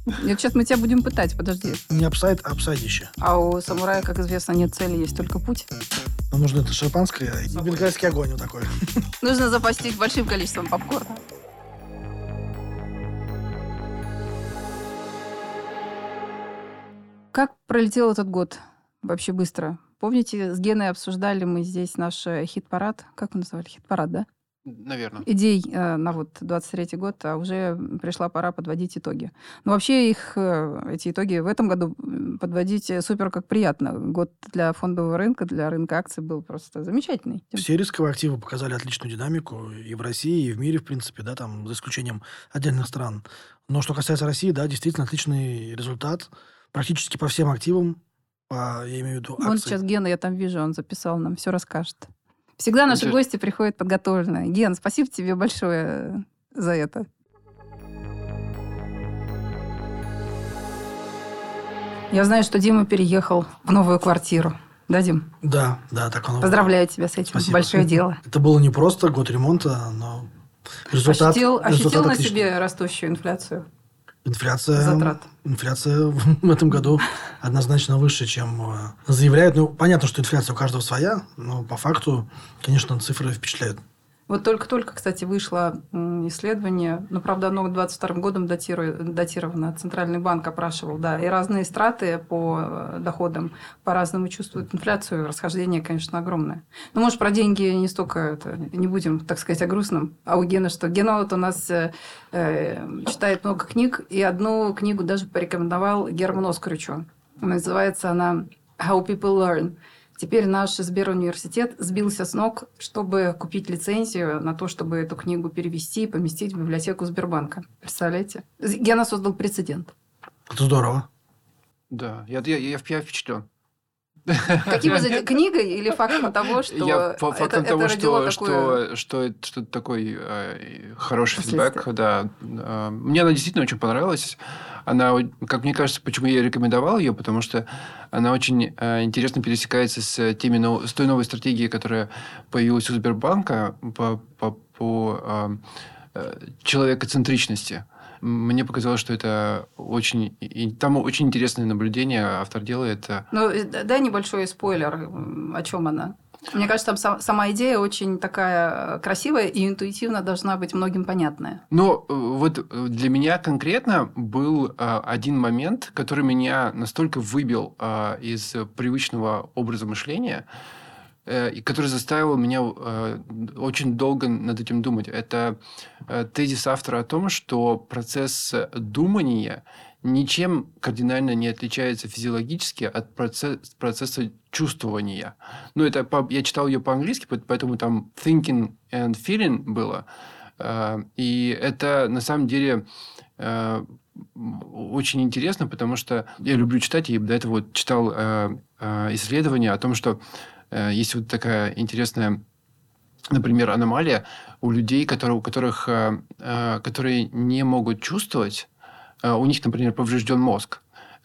Нет, сейчас мы тебя будем пытать, подожди. Не апсайд, а апсайдище. А у самурая, как известно, нет цели, есть только путь. Нам нужно это шампанское и бенгальский огонь вот такой. Нужно запастись большим количеством попкорна. Как пролетел этот год? Вообще быстро. Помните, с Геной обсуждали мы здесь наш хит-парад? Как вы называли? Хит-парад, да? Наверное. Идей на 23-й год, а уже пришла пора подводить итоги. Но вообще эти итоги в этом году подводить супер как приятно. Год для фондового рынка, для рынка акций был просто замечательный. Все рисковые активы показали отличную динамику и в России, и в мире, в принципе, да, там, за исключением отдельных стран. Но что касается России, да, действительно отличный результат практически по всем активам, я имею в виду акции. Вон сейчас Гена, я там вижу, он записал нам, все расскажет. Всегда наши гости приходят подготовленные. Ген, спасибо тебе большое за это. Я знаю, что Дима переехал в новую квартиру. Да, Дим? Да, так оно. Поздравляю тебя с этим. Спасибо. Большое дело. Это было не просто год ремонта, но результат Ощутил на отличный. себе растущую инфляцию? Инфляция в этом году однозначно выше, чем заявляют. Ну, понятно, что инфляция у каждого своя, но по факту, конечно, цифры впечатляют. Вот только-только, кстати, вышло исследование, но, правда, оно 22 годом датировано. Центральный банк опрашивал, да, и разные страты по доходам по-разному чувствуют инфляцию. Расхождение, конечно, огромное. Но, может, про деньги не столько, не будем, так сказать, о грустном. А у Гена что? Гена вот у нас читает много книг, и одну книгу даже порекомендовал Герману Оскаровичу. Называется она «How People Learn». Теперь наш Сберуниверситет сбился с ног, чтобы купить лицензию на то, чтобы эту книгу перевести и поместить в библиотеку Сбербанка. Представляете? Гена создал прецедент. Это здорово. Да, я впечатлен. Каким из этих книгой или фактом того, что фактом того, что это такой хороший фидбэк, да. Мне она действительно очень понравилась. Она, как мне кажется, почему я рекомендовал ее, потому что она очень интересно пересекается с той новой стратегией, которая появилась у Сбербанка по человекоцентричности. Мне показалось, что это там очень интересное наблюдение автор делает. Ну, дай небольшой спойлер, о чем она. Мне кажется, там сама идея очень такая красивая и интуитивно должна быть многим понятная. Но вот для меня конкретно был один момент, который меня настолько выбил из привычного образа мышления, и который заставил меня очень долго над этим думать. Это тезис автора о том, что процесс думания ничем кардинально не отличается физиологически от процесса чувствования. Ну, это я читал ее по-английски, поэтому там thinking and feeling было. И это на самом деле очень интересно, потому что я люблю читать, и до этого вот читал исследования о том, что есть вот такая интересная, например, аномалия у людей, которые не могут чувствовать. У них, например, поврежден мозг.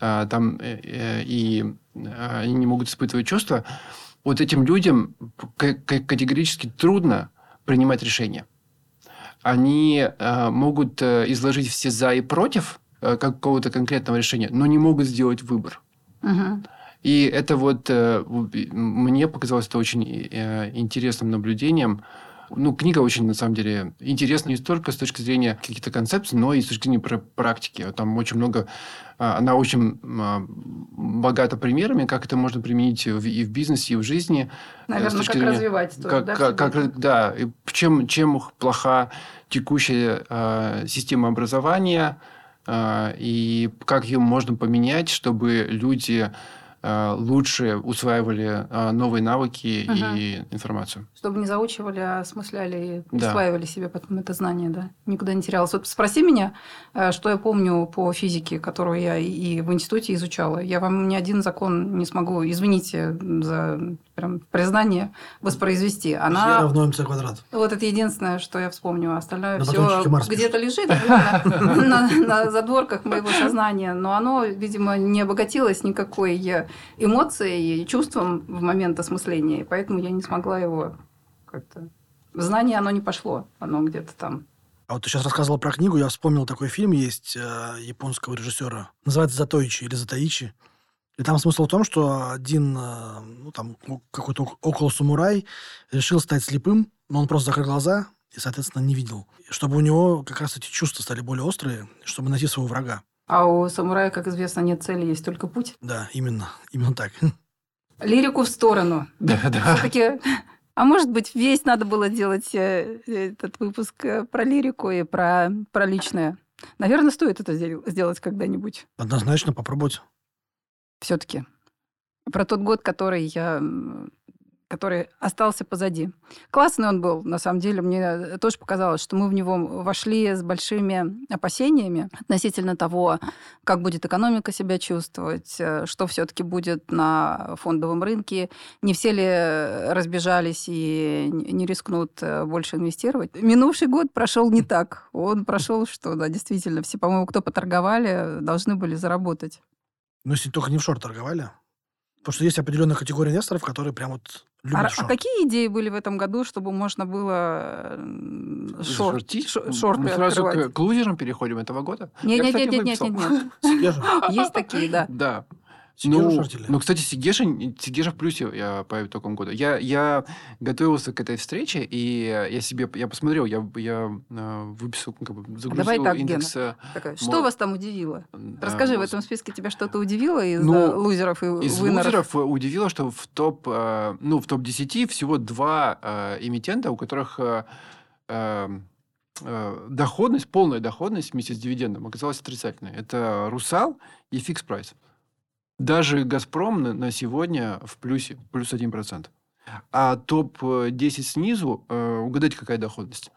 И они не могут испытывать чувства. Вот этим людям категорически трудно принимать решения. Они могут изложить все за и против какого-то конкретного решения, но не могут сделать выбор. Угу. И это вот мне показалось это очень интересным наблюдением. Ну, книга очень, на самом деле, интересна не столько с точки зрения каких-то концепций, но и с точки зрения практики. Там очень много... Она очень богата примерами, как это можно применить и в бизнесе, и в жизни. Наверное, как развивать тоже, да? И чем плоха текущая система образования, и как ее можно поменять, чтобы люди лучше усваивали новые навыки и информацию. Чтобы не заучивали, а осмысляли и усваивали себе потом это знание, да. Никуда не терялось. Вот спроси меня, что я помню по физике, которую я и в институте изучала. Я вам ни один закон не смогу, извините за прям признание, воспроизвести. Она равно МЦ квадрат. Вот это единственное, что я вспомню. Остальное все где-то лежит на задворках моего сознания. Но оно, видимо, не обогатилось никакой эмоцией и чувством в момент осмысления. И поэтому я не смогла его как-то... В знание оно не пошло. Оно где-то там А вот ты сейчас рассказывал про книгу, я вспомнил, такой фильм есть японского режиссера. Называется «Затоичи» или «Затаичи». И там смысл в том, что один, какой-то около самурай решил стать слепым, но он просто закрыл глаза и, соответственно, не видел. Чтобы у него как раз эти чувства стали более острые, чтобы найти своего врага. А у самурая, как известно, нет цели, есть только путь. Да, именно так. Лирику в сторону. Да. Все-таки... А может быть, весь надо было делать этот выпуск про лирику и про личное. Наверное, стоит это сделать когда-нибудь. Однозначно попробовать. Все-таки. Про тот год, который остался позади. Классный он был, на самом деле. Мне тоже показалось, что мы в него вошли с большими опасениями относительно того, как будет экономика себя чувствовать, что все-таки будет на фондовом рынке, не все ли разбежались и не рискнут больше инвестировать. Минувший год прошел не так. Он прошел, что, да, действительно, все, по-моему, кто поторговали, должны были заработать. Ну, если только не в шорт торговали. Потому что есть определенная категория инвесторов, которые прям вот любят шорт. А какие идеи были в этом году, чтобы можно было шорты Мы сразу открывать? к лузерам переходим этого года? Нет. Сигежа. Есть такие, да. Да. Сигежу шортили. Ну, кстати, Сигежа в плюсе я по итогам года. Я готовился к этой встрече, и я посмотрел, я выписал, загрузил Давай так, индекс... Гена. Что вас там удивило? Да, Расскажи, в этом списке тебя что-то удивило из Ну, лузеров и Из винеров? лузеров удивило, что в топ-10 всего 2 эмитента, у которых доходность, полная доходность вместе с дивидендом оказалась отрицательной. Это «Русал» и «Фикс Прайс». Даже «Газпром» на сегодня в плюсе, плюс 1%. А топ-10 снизу, угадайте, какая доходность?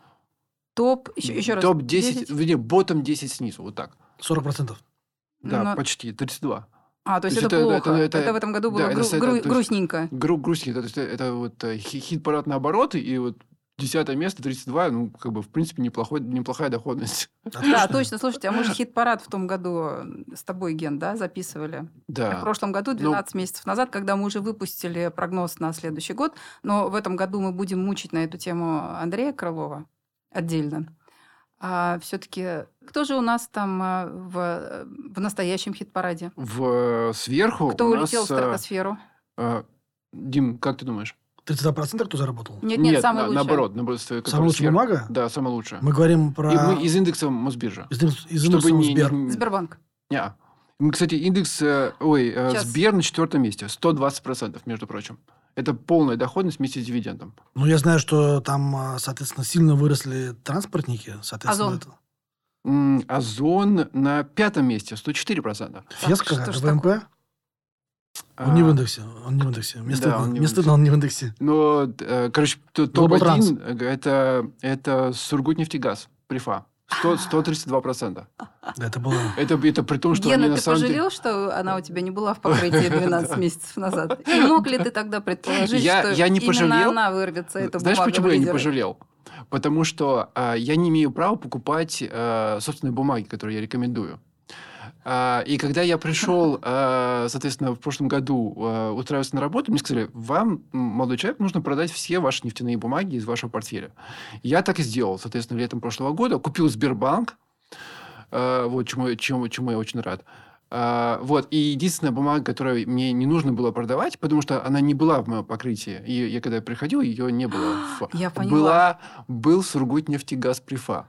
Еще раз. Топ-10, вернее, ботом-10 снизу, вот так. 40%. Да, почти, 32. То есть То это есть плохо. Это в этом году было грустненько. Грустненько. То есть это вот хит-парад наоборот, и вот 10 место, 32, в принципе, неплохая доходность. Да, точно. Слушайте, а мы же хит-парад в том году с тобой, Ген, да, записывали? Да. В прошлом году, 12 месяцев назад, когда мы уже выпустили прогноз на следующий год. Но в этом году мы будем мучить на эту тему Андрея Крылова отдельно. А все-таки кто же у нас там в настоящем хит-параде? Сверху Кто у нас... улетел в стратосферу? Дим, как ты думаешь? 32% кто заработал? Нет, самый лучший. Наоборот. Самая лучшая бумага? Да, самая лучшая. Мы говорим про... Мы из индекса Мосбиржа. Из индекса Сбер. Сбербанк. Нет. Кстати, индекс Сбер на 4 месте. 120%, между прочим. Это полная доходность вместе с дивидендом. Ну, я знаю, что там, соответственно, сильно выросли транспортники. Соответственно, Озон. Озон на 5-м месте. 104%. Феска, ВМП? Он не в индексе. Мне стыдно, он не в индексе. Но, топ-1 это Сургутнефтегаз, Прифа. 132%. Это было... Это при том, что Гена, они на ты самом деле... пожалел, что она у тебя не была в покрытии 12 месяцев назад? И мог ли ты тогда предположить, что именно она вырвется, эта бумага? Знаешь, почему я не пожалел? Потому что я не имею права покупать собственные бумаги, которые я рекомендую. И когда я пришел, соответственно, в прошлом году устраиваться на работу, мне сказали, вам, молодой человек, нужно продать все ваши нефтяные бумаги из вашего портфеля. Я так и сделал, соответственно, летом прошлого года. Купил Сбербанк, вот чему я очень рад. И единственная бумага, которую мне не нужно было продавать, потому что она не была в моем покрытии. И я когда приходил, ее не было. Я поняла. Был Сургутнефтегаз Прифа.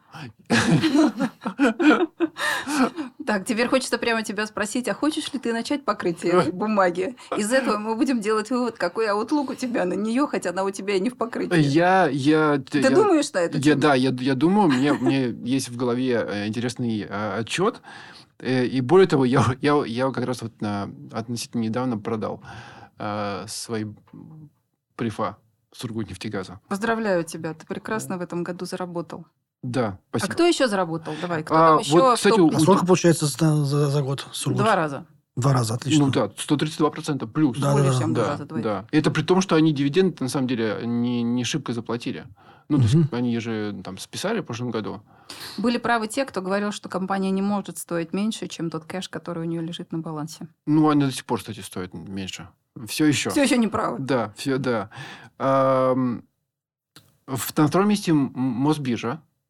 Так, теперь хочется прямо тебя спросить, а хочешь ли ты начать покрытие этой бумаги? Из этого мы будем делать вывод, какой аутлук у тебя на нее, хотя она у тебя и не в покрытии. Ты думаешь на эту тему? Да, я думаю, мне есть в голове интересный отчет. И более того, я как раз относительно недавно продал свои Прифа Сургутнефтегаза. Поздравляю тебя, ты прекрасно в этом году заработал. Да, спасибо. А кто еще заработал? Давай, кто там еще? Вот, кстати, сколько получается за год? Сургут? 2 раза. 2 раза, отлично. 132% плюс. Более чем 2 раза. Да. Это при том, что они дивиденды, на самом деле, не шибко заплатили. То есть они же там списали в прошлом году. Были правы те, кто говорил, что компания не может стоить меньше, чем тот кэш, который у нее лежит на балансе. Они до сих пор, кстати, стоят меньше. Все еще. Все еще неправы. Да, да. На втором месте Мосбиржа.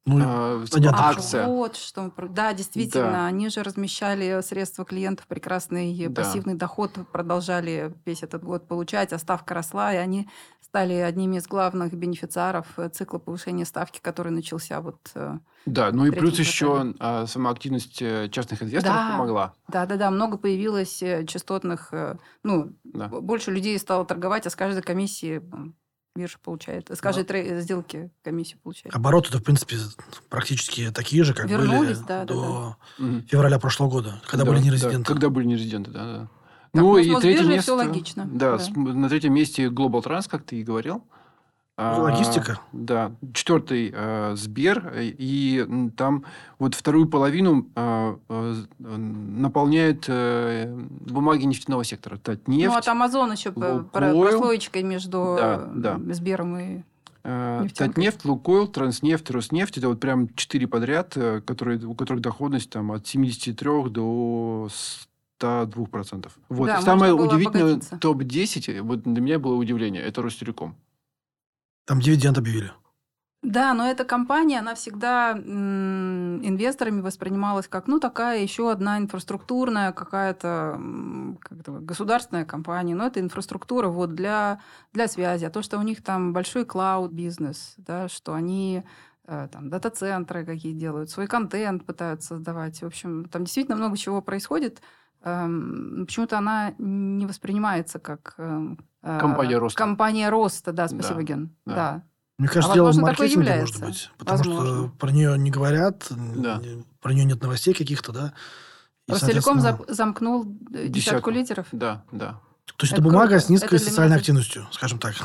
понятно. акция. Вот что. Да, действительно, Да. они же размещали средства клиентов, прекрасный Да. пассивный доход продолжали весь этот год получать, а ставка росла, и они стали одними из главных бенефициаров цикла повышения ставки, который начался Да, ну и в третьем плюс еще квартале. сама активность частных инвесторов Да, помогла. да, много появилось частотных, Да. больше людей стало торговать, а с каждой комиссии биржа получает, с каждой сделки комиссию получает. Обороты-то, в принципе, практически такие же, как Вернулись, были да. до Мгм. февраля прошлого года, когда Да, были да, нерезиденты. когда были нерезиденты, да. Так, Ну ну, с и третье Мосбиржей место. все логично. Да, Да. на третьем месте Global Trans, как ты и говорил. Логистика. Да. Четвертый Сбер. И там вот вторую половину наполняет бумаги нефтяного сектора. Татнефть. Ну, от Амазон еще Лукойл. прослоечкой между Да. Сбером и нефтянкой. Татнефть, Лукойл, Транснефть, Роснефть. Это вот прям 4 подряд, у которых доходность там от 73 до 102%. Вот. Да, И самое можно было удивительное, обогатиться. топ-10, вот для меня было удивление, это Ростелеком. Там дивиденд объявили. Да, но эта компания, она всегда инвесторами воспринималась как, такая еще одна инфраструктурная какая-то государственная компания. Но это инфраструктура для связи. А то, что у них там большой клауд-бизнес, да, что они там дата-центры какие делают, свой контент пытаются создавать. В общем, там действительно много чего происходит. Почему-то она не воспринимается как Компания роста. Компания роста, да, спасибо, Да, Ген. да. Да. Мне кажется, дело в возможно, такое маркетинге, является. может быть. Потому Возможно. что про нее не говорят, Да. про нее нет новостей каких-то, да. И, Ростелеком соответственно, замкнул десятку лидеров. Да. То есть Это это бумага круто. с низкой Это для социальной меня активностью, скажем так.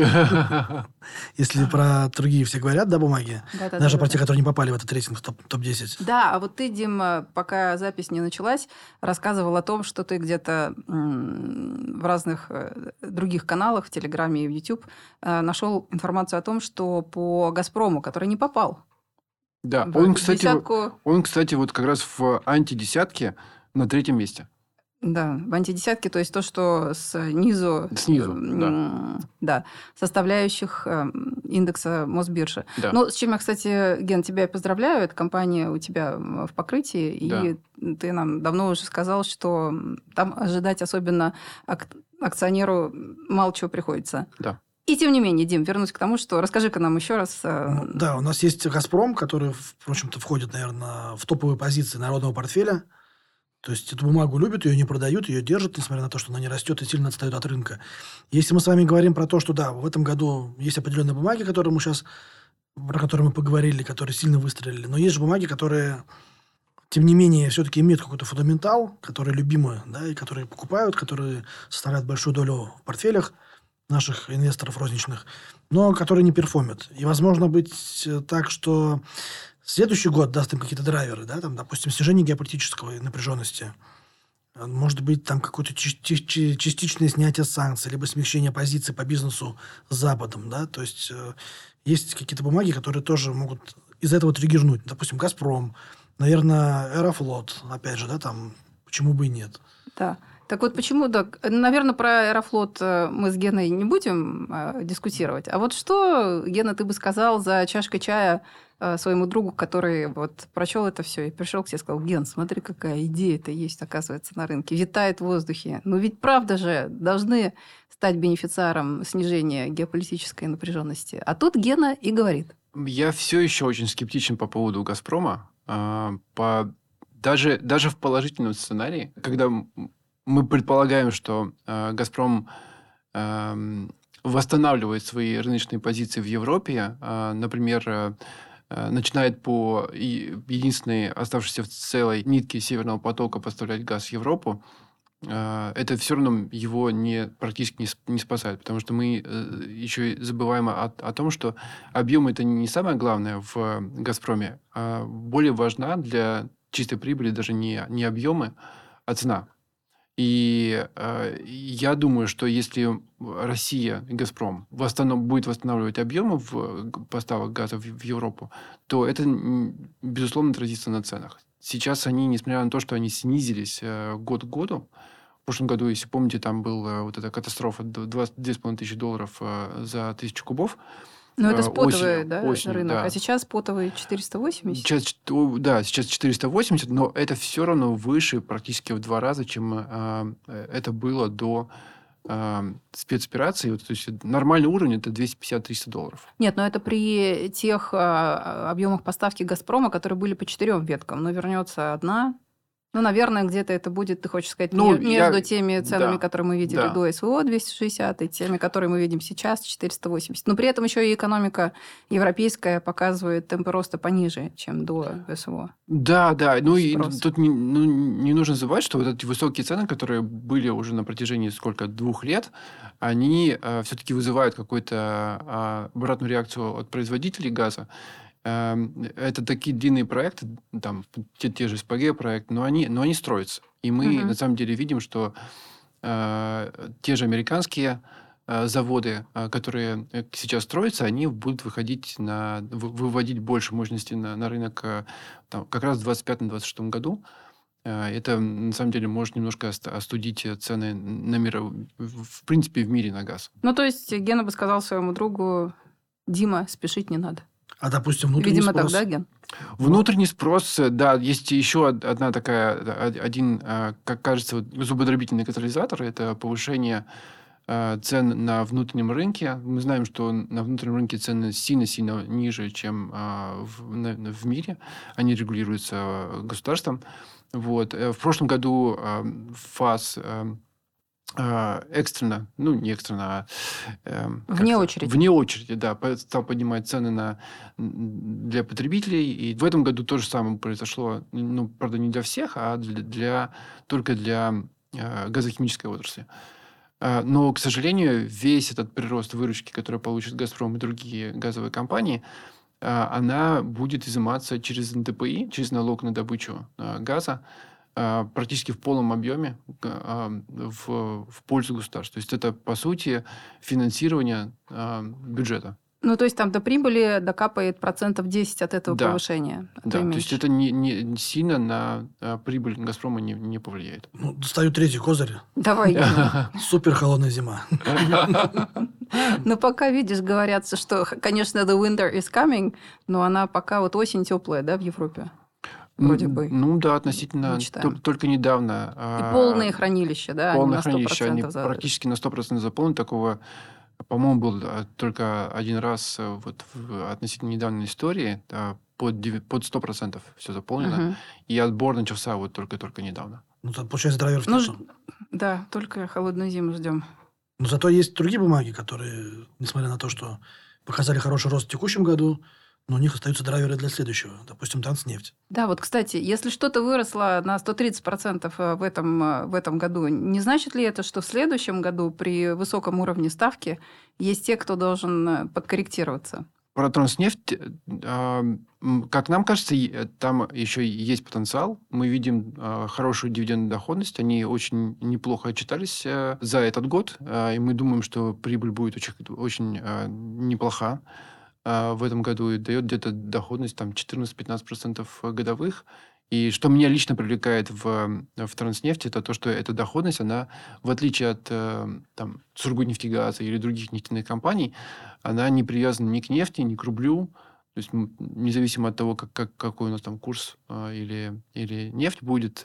Если про другие все говорят, да, бумаги, Да. даже про те, которые не попали в этот рейтинг топ-10. Да, а вот ты, Дим, пока запись не началась, рассказывал о том, что ты где-то в разных других каналах, в Телеграме и в YouTube, нашел информацию о том, что по «Газпрому», который не попал Да, в он, кстати, десятку... вот как раз в антидесятке на третьем месте. Да, в антидесятке, то есть то, что снизу, да, составляющих индекса Мосбиржи. Да. Ну, с чем я, кстати, Ген, тебя и поздравляю. Эта компания у тебя в покрытии, и ты нам давно уже сказал, что там ожидать особенно акционеру мало чего приходится. Да. И тем не менее, Дим, вернусь к тому, что расскажи-ка нам еще раз. Да, у нас есть «Газпром», который, в общем-то, входит, наверное, в топовые позиции народного портфеля. То есть эту бумагу любят, ее не продают, ее держат, несмотря на то, что она не растет и сильно отстает от рынка. Если мы с вами говорим про то, что да, в этом году есть определенные бумаги, про которые мы поговорили, которые сильно выстрелили, но есть же бумаги, которые, тем не менее, все-таки имеют какой-то фундаментал, которые любимы, да, и которые покупают, которые составляют большую долю в портфелях наших инвесторов розничных, но которые не перформят. И возможно быть так, что следующий год даст им какие-то драйверы, да, там, допустим, снижение геополитической напряженности, может быть, там какое-то частичное снятие санкций, либо смягчение позиций по бизнесу с Западом, да, то есть есть какие-то бумаги, которые тоже могут из этого триггернуть. Допустим, «Газпром», наверное, «Аэрофлот», опять же, да, там, почему бы и нет. Да. Так вот, почему, да, наверное, про «Аэрофлот» мы с Геной не будем дискутировать. А вот что, Гена, ты бы сказал за чашкой чая своему другу, который вот прочел это все и пришел к тебе и сказал: Ген, смотри, какая идея-то есть, оказывается, на рынке, витает в воздухе. Ну ведь правда же должны стать бенефициаром снижения геополитической напряженности. А тут Гена и говорит. Я все еще очень скептичен по поводу «Газпрома». Даже в положительном сценарии, когда мы предполагаем, что «Газпром» восстанавливает свои рыночные позиции в Европе, например, начинает по единственной оставшейся в целой нитке Северного потока поставлять газ в Европу, это все равно его практически не спасает, потому что мы еще и забываем о том, что объем это не самое главное в «Газпроме», а более важна для чистой прибыли даже не объемы, а цена. И я думаю, что если Россия и «Газпром» будет восстанавливать объемы поставок газа в Европу, то это, безусловно, отразится на ценах. Сейчас они, несмотря на то, что они снизились год к году, в прошлом году, если помните, там была вот эта катастрофа, $22 500 за 1000 кубов, Ну, это спотовый, осенью, да, осенью, рынок. да. А сейчас спотовый 480? Сейчас 480, но это все равно выше практически в 2 раза, чем это было до спецоперации. Вот, то есть нормальный уровень – это $250-300. Нет, но это при тех объемах поставки «Газпрома», которые были по 4 веткам. Но вернется одна. Ну, наверное, где-то это будет, ты хочешь сказать, между теми ценами, которые мы видели до СВО 260, и теми, которые мы видим сейчас 480. Но при этом еще и экономика европейская показывает темпы роста пониже, чем до СВО. Да. Ну, и тут не нужно забывать, что вот эти высокие цены, которые были уже на протяжении 2 лет, они все-таки вызывают какую-то обратную реакцию от производителей газа. Это такие длинные проекты, там, те же СПГ-проекты, но они строятся. И мы, на самом деле, видим, что те же американские заводы, которые сейчас строятся, они будут выводить больше мощности на рынок как раз в 2025-2026 году. Это, на самом деле, может немножко остудить цены в принципе, в мире на газ. Ну, то есть, Гена бы сказал своему другу: Дима, спешить не надо. А, допустим, внутренний спрос... так, да, Ген? Внутренний спрос, да, есть еще один, как кажется, зубодробительный катализатор. Это повышение цен на внутреннем рынке. Мы знаем, что на внутреннем рынке цены сильно-сильно ниже, чем в мире. Они регулируются государством. Вот. В прошлом году ФАС экстренно, не экстренно, вне очереди. Вне очереди, да, стал поднимать цены для потребителей. И в этом году то же самое произошло, правда, не для всех, а только для газохимической отрасли. Но, к сожалению, весь этот прирост выручки, который получит «Газпром» и другие газовые компании, она будет изыматься через НДПИ, через налог на добычу газа, практически в полном объеме в пользу государства. То есть это, по сути, финансирование бюджета. Ну, то есть там до прибыли докапает 10% от этого повышения. Да, то есть это не сильно на прибыль «Газпрома» не повлияет. Достаю третий козырь. Давай. Супер холодная зима. Но пока, видишь, говорят, что, конечно, the winter is coming, но она пока осень теплая, да, в Европе? Вроде бы. Ну да, относительно. Только недавно. И полные хранилища, да? Полные хранилища, они практически на 100% заполнены. Такого, по-моему, был только один раз в относительно недавней истории. Под 100% все заполнено. И отбор начался только недавно. Тут, получается, драйверов нету. Да, только холодную зиму ждем. Но зато есть другие бумаги, которые, несмотря на то, что показали хороший рост в текущем году, но у них остаются драйверы для следующего. Допустим, Транснефть. Да, кстати, если что-то выросло на 130% в этом году, не значит ли это, что в следующем году при высоком уровне ставки есть те, кто должен подкорректироваться? Про Транснефть, как нам кажется, там еще есть потенциал. Мы видим хорошую дивидендную доходность. Они очень неплохо отчитались за этот год. И мы думаем, что прибыль будет очень неплоха в этом году и дает где-то доходность 14-15% годовых. И что меня лично привлекает в Транснефти, это то, что эта доходность, она, в отличие от Сургутнефтегаза или других нефтяных компаний, она не привязана ни к нефти, ни к рублю. То есть, независимо от того, какой у нас там курс или нефть будет,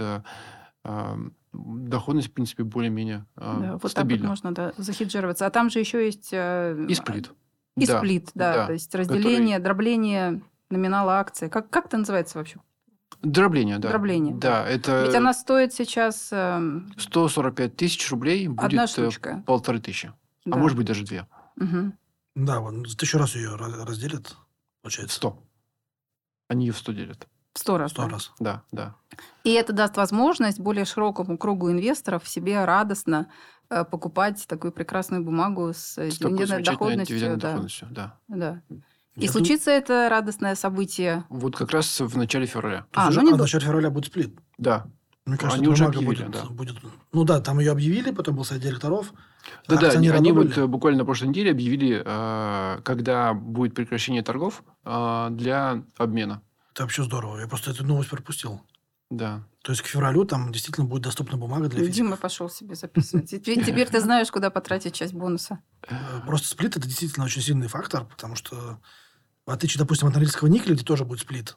доходность, в принципе, более-менее вот стабильна. Так вот можно захеджироваться. А там же еще есть... И сплит. И сплит, да. То есть разделение, дробление номинала акции. Как это называется вообще? Дробление, да. Дробление. Да, это... Ведь она стоит сейчас... 145 тысяч рублей будет одна штучка. 1500. Да. А может быть, даже 2. Угу. Да, вот 1000 раз ее разделят, получается. 100. Они ее в 100 делят. В 100 раз. 100 раз. Да. И это даст возможность более широкому кругу инвесторов себе радостно покупать такую прекрасную бумагу с дивидендной доходностью. Да. И случится это радостное событие... Вот как раз в начале февраля. В начале февраля будет сплит. Да. Мне кажется, они уже объявили, будет... Ну да, там ее объявили, потом был совет директоров. Да, они буквально на прошлой неделе объявили, когда будет прекращение торгов для обмена. Это вообще здорово. Я просто эту новость пропустил. Да. То есть к февралю там действительно будет доступна бумага для физиков. Дима пошел себе записывать. Теперь ты знаешь, куда потратить часть бонуса. Просто сплит – это действительно очень сильный фактор, потому что в отличие, допустим, от Норильского никеля, где тоже будет сплит,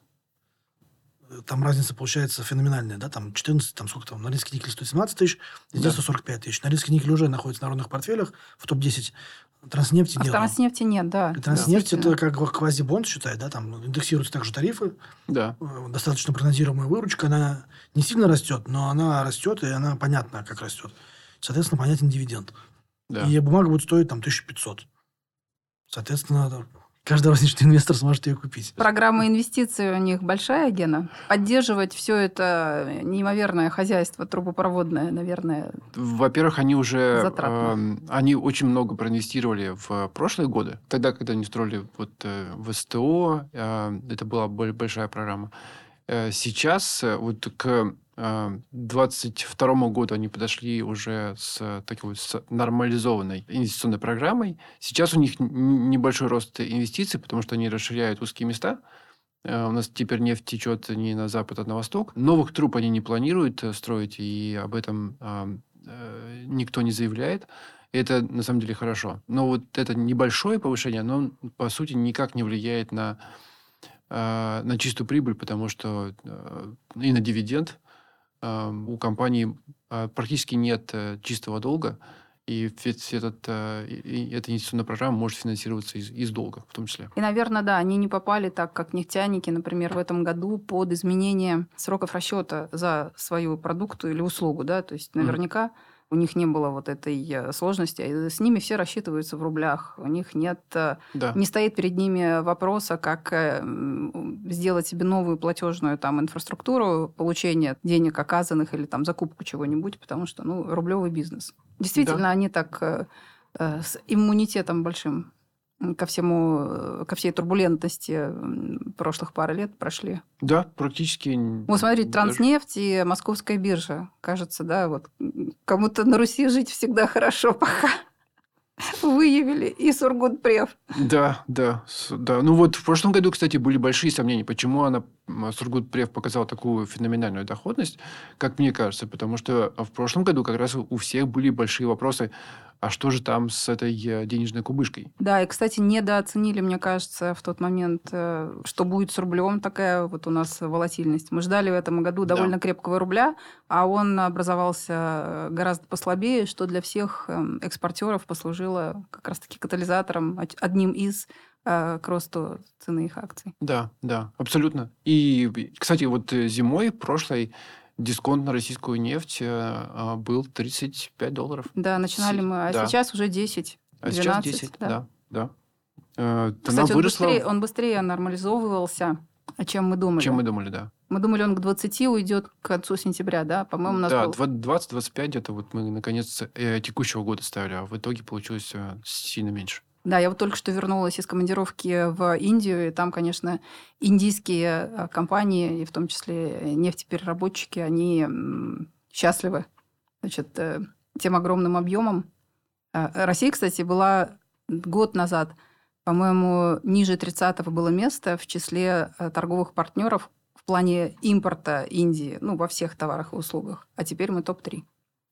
там разница получается феноменальная, да, там 14, там сколько там, Норильский никель 117 тысяч, здесь 145 тысяч. Норильский никель уже находится в народных портфелях, в топ-10, Транснефти А в нет. Транснефти нет, да. И Транснефть это как квазибонд, считай, да, там индексируются также тарифы, Да. достаточно прогнозируемая выручка, она не сильно растет, но она растет, и она понятна, как растет. Соответственно, понятен дивиденд. Да. И бумага будет стоить там 1500. Соответственно, каждый розничный инвестор сможет ее купить. Программа инвестиций у них большая, Гена? Поддерживать все это неимоверное хозяйство трубопроводное, наверное, Во-первых, они уже... затратно. Они очень много проинвестировали в прошлые годы. Тогда, когда они строили в СТО, это была большая программа. Сейчас, вот к 2022 году они подошли уже с такой с нормализованной инвестиционной программой. Сейчас у них небольшой рост инвестиций, потому что они расширяют узкие места. У нас теперь нефть течет не на запад, а на восток. Новых труб они не планируют строить, и об этом никто не заявляет. Это на самом деле хорошо. Но вот это небольшое повышение, оно по сути никак не влияет на чистую прибыль, потому что и на дивиденд у компании практически нет чистого долга, и эта инвестиционная программа может финансироваться из долга в том числе. И, наверное, да, они не попали так, как нефтяники, например, в этом году под изменение сроков расчета за свою продукцию или услугу, да, то есть наверняка у них не было вот этой сложности. С ними все рассчитываются в рублях. У них нет, не стоит перед ними вопроса, как сделать себе новую платежную там инфраструктуру, получение денег оказанных или там закупку чего-нибудь, потому что, рублевый бизнес. Действительно, они так с иммунитетом большим ко всей турбулентности прошлых пары лет прошли. Да, практически. Вот смотрите, Транснефть и Московская биржа. Кажется, да, вот кому-то на Руси жить всегда хорошо, пока выявили и Сургутпрев. Да. Ну вот в прошлом году, кстати, были большие сомнения, почему Сургутпрев показал такую феноменальную доходность, как мне кажется, потому что в прошлом году как раз у всех были большие вопросы, а что же там с этой денежной кубышкой? Да, и, кстати, недооценили, мне кажется, в тот момент, что будет с рублем такая вот у нас волатильность. Мы ждали в этом году довольно крепкого рубля, а он образовался гораздо послабее, что для всех экспортеров послужило как раз-таки катализатором, одним из к росту цены их акций. Да, абсолютно. И, кстати, вот зимой прошлой дисконт на российскую нефть был $35. Да, начинали мы, а сейчас уже 10, 12. А сейчас 10, да. Кстати, он быстрее нормализовывался, чем мы думали. Чем мы думали, да. Мы думали, он к 20 уйдет к концу сентября, да? По-моему, у нас да, был... 20-25 где-то вот мы, наконец, текущего года ставили, а в итоге получилось сильно меньше. Да, я вот только что вернулась из командировки в Индию, и там, конечно, индийские компании, и в том числе нефтепереработчики, они счастливы, значит, тем огромным объемом. Россия, кстати, была год назад, по-моему, ниже 30-го было место в числе торговых партнеров в плане импорта Индии, во всех товарах и услугах. А теперь мы топ-3.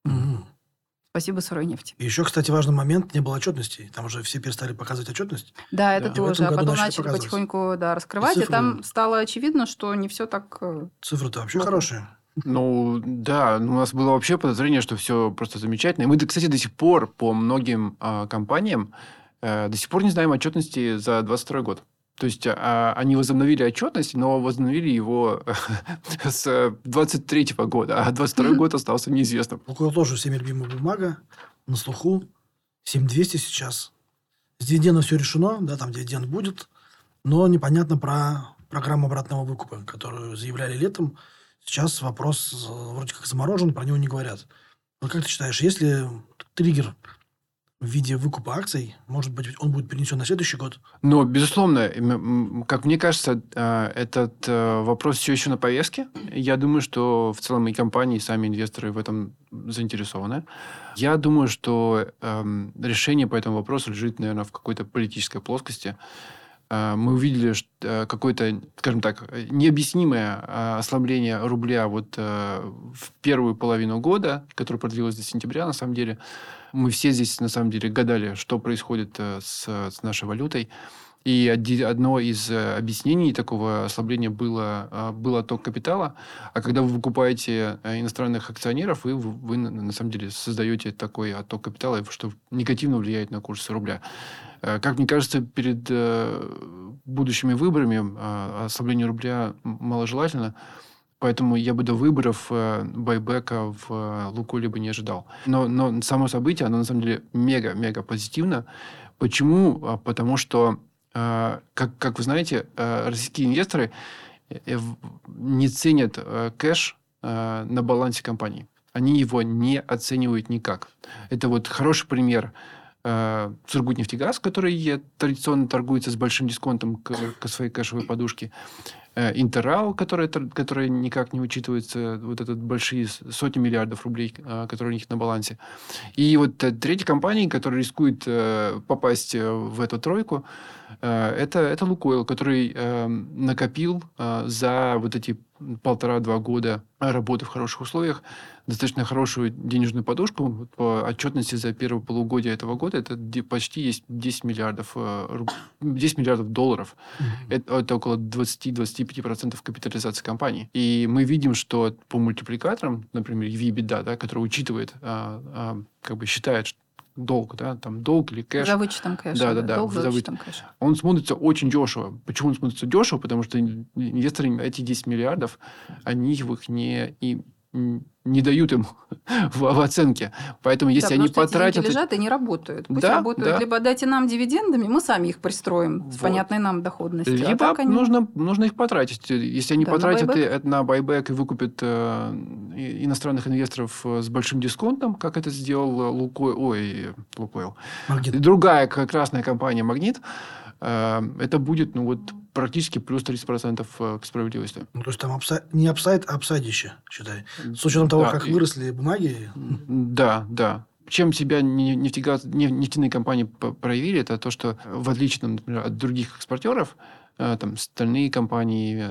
Спасибо сырой нефти. И еще, кстати, важный момент, не было отчетности. Там уже все перестали показывать отчетность. Да, это тоже. А потом начали потихоньку раскрывать, и там стало очевидно, что не все так... Цифры-то вообще хорошие. Ну, да, у нас было вообще подозрение, что все просто замечательно. И мы, кстати, до сих пор по многим компаниям до сих пор не знаем отчетности за 2022 год. То есть они возобновили отчетность, но возобновили его с 2023 года, а 2022 год остался неизвестным. Лукойл тоже всеми любимая бумага, на слуху. 7200 сейчас. С дивидендом все решено, да, там дивиденд будет, но непонятно про программу обратного выкупа, которую заявляли летом. Сейчас вопрос вроде как заморожен, про него не говорят. Вот как ты считаешь, если триггер в виде выкупа акций, может быть, он будет перенесен на следующий год? Но, безусловно, как мне кажется, этот вопрос все еще на повестке. Я думаю, что в целом и компании, и сами инвесторы в этом заинтересованы. Я думаю, что решение по этому вопросу лежит, наверное, в какой-то политической плоскости. мы увидели какое-то, скажем так, необъяснимое ослабление рубля в первую половину года, которое продлилось до сентября, на самом деле. Мы все здесь, на самом деле, гадали, что происходит с нашей валютой. И одно из объяснений такого ослабления был отток капитала. А когда вы выкупаете иностранных акционеров, вы на самом деле создаете такой отток капитала, что негативно влияет на курс рубля. Как мне кажется, перед будущими выборами ослабление рубля маложелательно. Поэтому я бы до выборов байбека в Лукойле бы не ожидал. Но само событие, оно на самом деле мега-мега позитивно. Почему? Потому что, как вы знаете, российские инвесторы не ценят кэш на балансе компании. Они его не оценивают никак. Это вот хороший пример Сургутнефтегаз, который традиционно торгуется с большим дисконтом к своей кэшевой подушке. Интеррал, который никак не учитывается, вот этот большие сотни миллиардов рублей, которые у них на балансе. И вот третья компания, которая рискует попасть в эту тройку, это Лукойл, который накопил за вот эти 1,5-2 года работы в хороших условиях достаточно хорошую денежную подушку. По отчетности за первое полугодие этого года это почти есть 10 миллиардов долларов. Это около 20-25% капитализации компании. И мы видим, что по мультипликаторам, например, EBITDA, да, который учитывает, считает долг, да, там долг или кэш. За вычетом кэша. Да. Долг за вычетом кэша. Он смотрится очень дешево. Почему он смотрится дешево? Потому что инвесторы эти 10 миллиардов, они их не дают им в оценке. Поэтому если они потратят... Эти деньги лежат и не работают. Пусть работают. Либо дайте нам дивидендами, мы сами их пристроим с понятной нам доходностью. Либо нужно их потратить. Если они потратят это на байбек и выкупят иностранных инвесторов с большим дисконтом, как это сделал Лукойл. Магнит. Другая красная компания «Магнит», это будет практически плюс 30% к справедливости. То есть там не апсайд, а апсайдище, считай. С учетом того, как выросли бумаги. Да. Чем себя нефтяные компании проявили, это то, что в отличие, например, от других экспортеров, там стальные компании,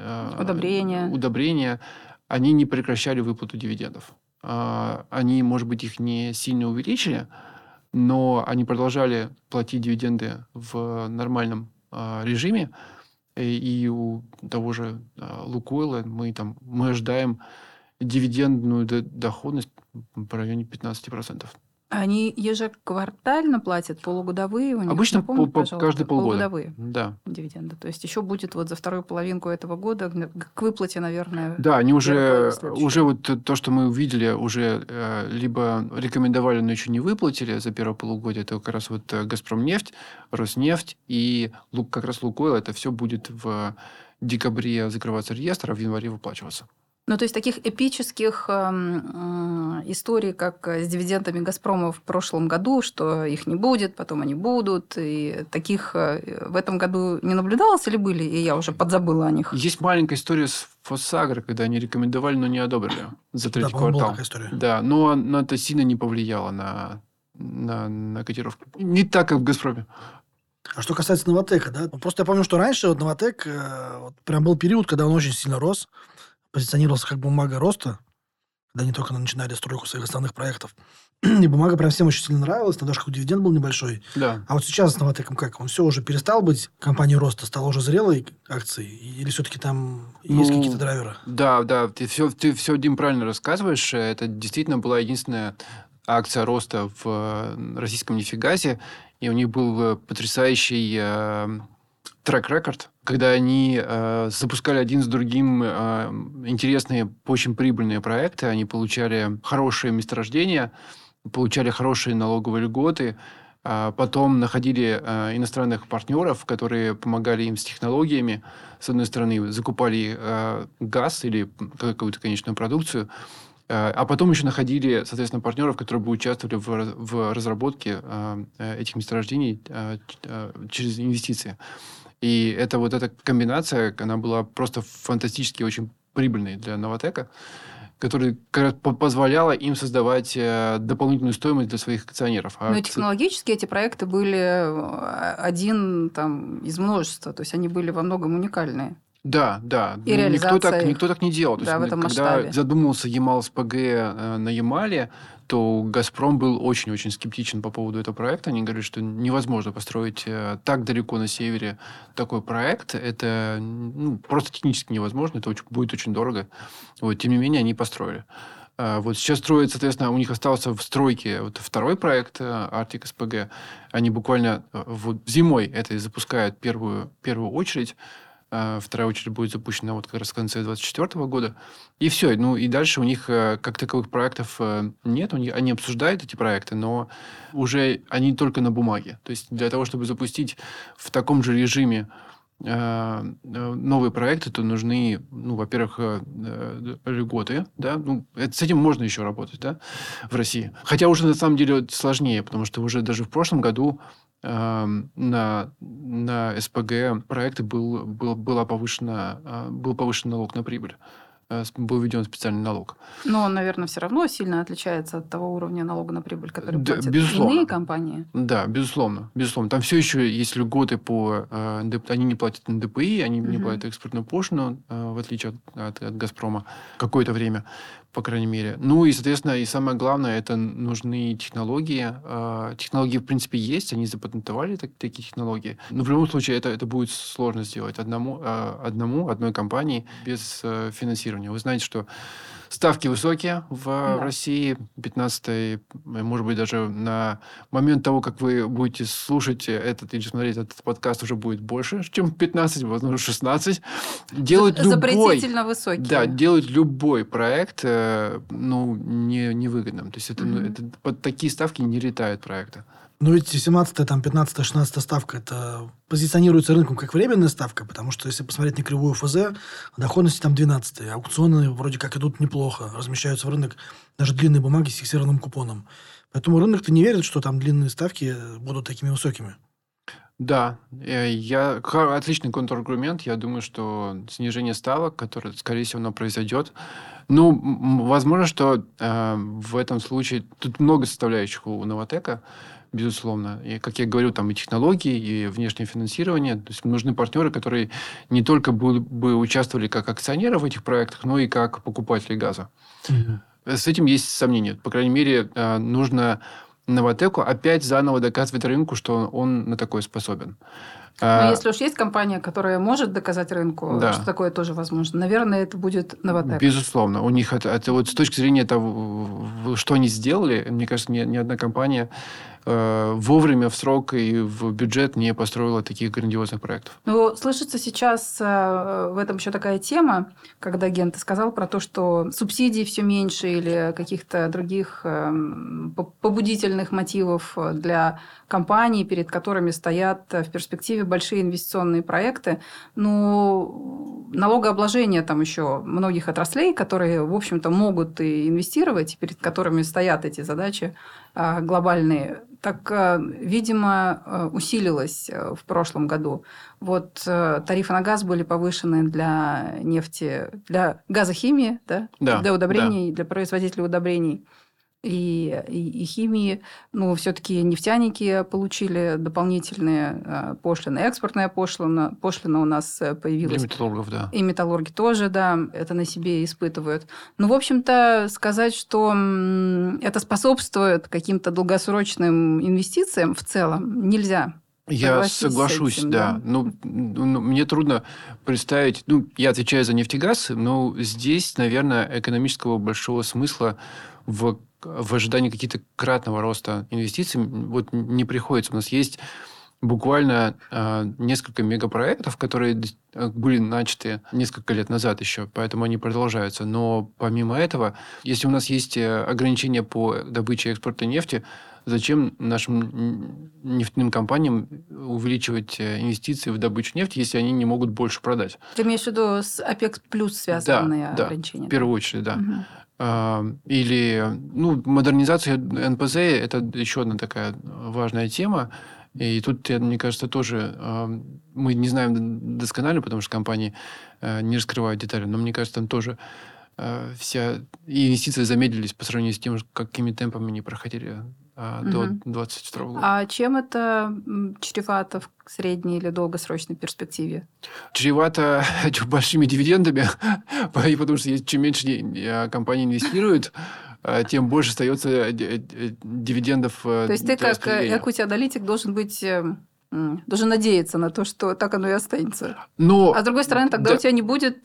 удобрения, они не прекращали выплату дивидендов. Они, может быть, их не сильно увеличили, но они продолжали платить дивиденды в нормальном режиме. И у того же Лукойла мы ожидаем дивидендную доходность в районе 15%. Они ежеквартально платят, полугодовые у них? Обычно каждые полгода. Полугодовые дивиденды. То есть еще будет за вторую половинку этого года к выплате, наверное. Да, они уже вот то, что мы увидели, уже либо рекомендовали, но еще не выплатили за первое полугодие. Это как раз вот «Газпромнефть», «Роснефть» и как раз «Лукойл». Это все будет в декабре закрываться реестр, а в январе выплачиваться. То есть таких эпических историй, как с дивидендами «Газпрома» в прошлом году, что их не будет, потом они будут, и таких в этом году не наблюдалось или были, и я уже подзабыла о них? Есть маленькая история с «Фосагро», когда они рекомендовали, но не одобрили за третий квартал. Была такая история. Да, но это сильно не повлияло на котировку. Не так, как в «Газпроме». А что касается «Новатэка», да? Просто я помню, что раньше «Новатэк» прям был период, когда он очень сильно рос, позиционировался как бумага роста, когда они только начинали стройку своих основных проектов. И бумага прям всем очень сильно нравилась, там даже какой дивиденд был небольшой. Да. А вот сейчас с «Новатэком» как? Он все уже перестал быть компанией роста, стал уже зрелой акцией? Или все-таки там есть какие-то драйверы? Да. Ты все, Дим, правильно рассказываешь. Это действительно была единственная акция роста в российском нефтегазе. И у них был потрясающий трек-рекорд, когда они запускали один с другим интересные, очень прибыльные проекты. Они получали хорошие месторождения, получали хорошие налоговые льготы, потом находили иностранных партнеров, которые помогали им с технологиями. С одной стороны, закупали газ или какую-то конечную продукцию, а потом еще находили, соответственно, партнеров, которые бы участвовали в разработке этих месторождений через инвестиции. И эта комбинация, она была просто фантастически очень прибыльной для «Новатэка». которая как раз позволяла им создавать дополнительную стоимость для своих акционеров. Но технологически эти проекты были один там, из множества, то есть они были во многом уникальные. Да, да. И реализация никто так не делал. То да, есть, в этом когда масштабе. задумывался Ямал-СПГ на Ямале, то «Газпром» был очень-очень скептичен по поводу этого проекта. Они говорили, что невозможно построить так далеко на севере такой проект. Это просто технически невозможно. Это будет очень дорого. Вот, тем не менее, они построили. Вот сейчас строят, соответственно, у них остался в стройке вот второй проект Arctic SPG. Они буквально вот зимой это запускают первую очередь. Вторая очередь будет запущена вот как раз в конце 2024 года. И все. Ну, и дальше у них как таковых проектов нет. Они обсуждают эти проекты, но уже они только на бумаге. То есть для того, чтобы запустить в таком же режиме новые проекты, то нужны, во-первых, льготы, да, с этим можно еще работать, да, в России. Хотя уже на самом деле сложнее, потому что уже даже в прошлом году на СПГ проекты был повышен налог на прибыль. Был введен специальный налог. Но он, наверное, все равно сильно отличается от того уровня налога на прибыль, который платят безусловно. иные компании. Да, безусловно. Там все еще есть льготы они не платят НДПИ, они не платят экспортную пошлину, в отличие от «Газпрома», какое-то время, по крайней мере. Ну и, соответственно, и самое главное, это нужны технологии. Технологии, в принципе, есть, они запатентовали такие технологии. Но в любом случае это будет сложно сделать одной компании без финансирования. Вы знаете, что ставки высокие в России. 15, может быть, даже на момент того, как вы будете слушать этот или смотреть этот подкаст, уже будет больше, чем 15, возможно, 16. Запретительно высокие. Да, делают любой проект невыгодным. То есть это под такие ставки не летают проекты. Но ведь 17-я, 15-я, 16-я ставка, это позиционируется рынком как временная ставка, потому что, если посмотреть на кривую ФЗ, доходности там 12-я. Аукционы вроде как идут неплохо, размещаются в рынок даже длинные бумаги с фиксированным купоном. Поэтому рынок-то не верит, что там длинные ставки будут такими высокими. Да, отличный контраргумент. Я думаю, что снижение ставок, которое, скорее всего, оно произойдет. Возможно, что в этом случае тут много составляющих у Новатэка, безусловно. И, как я говорю, там и технологии, и внешнее финансирование. То есть нужны партнеры, которые не только бы участвовали как акционеры в этих проектах, но и как покупатели газа. С этим есть сомнения. По крайней мере, нужно Новатэку опять заново доказывать рынку, что он на такое способен. Но если уж есть компания, которая может доказать рынку, что такое тоже возможно, наверное, это будет Новатэк. Безусловно. У них это вот с точки зрения того, что они сделали, мне кажется, ни одна компания вовремя, в срок и в бюджет не построила таких грандиозных проектов. Слышится сейчас в этом еще такая тема, когда Ген, ты сказал про то, что субсидий все меньше или каких-то других побудительных мотивов для компаний, перед которыми стоят в перспективе большие инвестиционные проекты. Налогообложение там еще многих отраслей, которые, в общем-то, могут и инвестировать, перед которыми стоят эти задачи глобальные, так, видимо, усилилось в прошлом году. Тарифы на газ были повышены для нефти, для газохимии, для удобрений, для производителей удобрений и химии. Все-таки нефтяники получили дополнительные пошлины. Экспортная пошлина у нас появилась. Для металлургов, да. И металлурги тоже, да, это на себе испытывают. В общем-то, сказать, что это способствует каким-то долгосрочным инвестициям в целом, нельзя. Я соглашусь, да. Мне трудно представить... я отвечаю за нефтегаз, но здесь, наверное, экономического большого смысла в ожидании каких-то кратного роста инвестиций не приходится. У нас есть буквально несколько мегапроектов, которые были начаты несколько лет назад еще, поэтому они продолжаются. Но помимо этого, если у нас есть ограничения по добыче и экспорту нефти, зачем нашим нефтяным компаниям увеличивать инвестиции в добычу нефти, если они не могут больше продать? Ты имеешь в виду с ОПЕК плюс связанные ограничения? В первую очередь, да. Или модернизация НПЗ – это еще одна такая важная тема. И тут, мне кажется, тоже мы не знаем досконально, потому что компании не раскрывают детали, но мне кажется, там тоже вся инвестиции замедлились по сравнению с тем, какими темпами они проходили до 2022 года. А чем это чревато в средней или долгосрочной перспективе? Чревато большими дивидендами, потому что чем меньше компания инвестирует, тем больше остается дивидендов. То есть ты как equity-аналитик должен надеяться на то, что так оно и останется. А с другой стороны, тогда у тебя не будет